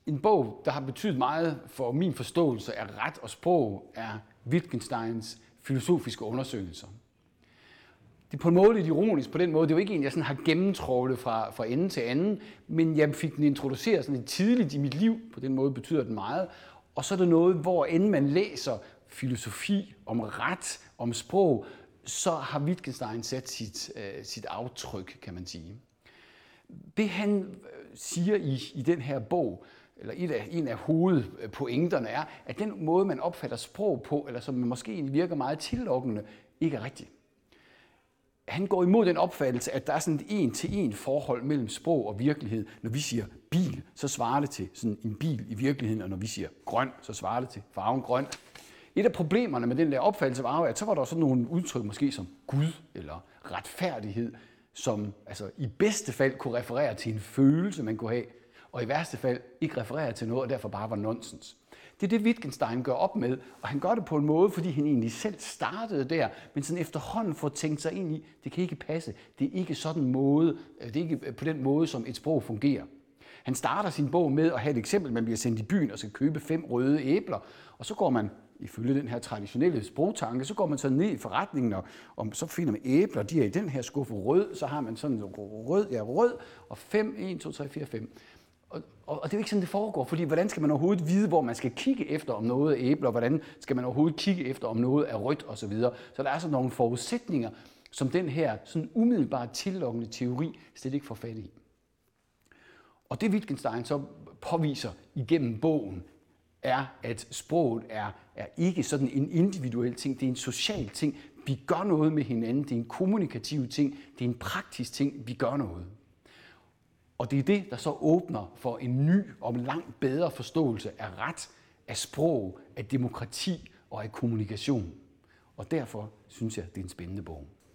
En bog, der har betydet meget for min forståelse af ret og sprog, er Wittgensteins filosofiske undersøgelser. Det er på en måde lidt ironisk på den måde. Det er jo ikke en, jeg sådan har gennemtrålet fra ende til anden, men jeg fik den introduceret sådan lidt tidligt i mit liv. På den måde betyder den meget. Og så er det noget, hvor end man læser filosofi om ret, om sprog, så har Wittgenstein sat sit aftryk, kan man sige. Det han siger i den her bog, eller en af hovedpointerne er, at den måde, man opfatter sprog på, eller som måske virker meget tillokkende, ikke er rigtig. Han går imod den opfattelse, at der er sådan et en-til-en forhold mellem sprog og virkelighed. Når vi siger bil, så svarer det til sådan en bil i virkeligheden, og når vi siger grøn, så svarer det til farven grøn. Et af problemerne med den der opfattelse var jo, at så var der sådan nogle udtryk, måske som Gud eller retfærdighed, som altså i bedste fald kunne referere til en følelse, man kunne have, og i værste fald ikke referere til noget, og derfor bare var nonsens. Det er det, Wittgenstein gør op med, og han gør det på en måde, fordi han egentlig selv startede der, men sådan efterhånden får tænkt sig ind i, det kan ikke passe, det er ikke sådan måde, det er ikke på den måde, som et sprog fungerer. Han starter sin bog med at have et eksempel, man bliver sendt i byen og skal købe 5 røde æbler, og så går man, ifølge den her traditionelle sprogtanke, så går man så ned i forretningen, og så finder man æbler, de er i den her skuffe rød, så har man sådan rød, og 5, 1, 2, 3, 4, 5. Og det er jo ikke sådan, det foregår, fordi hvordan skal man overhovedet vide, hvor man skal kigge efter, om noget er æbler, hvordan skal man overhovedet kigge efter, om noget er rødt osv. Så der er sådan nogle forudsætninger, som den her sådan umiddelbart tillokkende teori slet ikke får fat i. Og det Wittgenstein så påviser igennem bogen, er, at sproget er ikke sådan en individuel ting, det er en social ting. Vi gør noget med hinanden, det er en kommunikativ ting, det er en praktisk ting, vi gør noget. Og det er det, der så åbner for en ny og langt bedre forståelse af ret, af sprog, af demokrati og af kommunikation. Og derfor synes jeg, det er en spændende bog.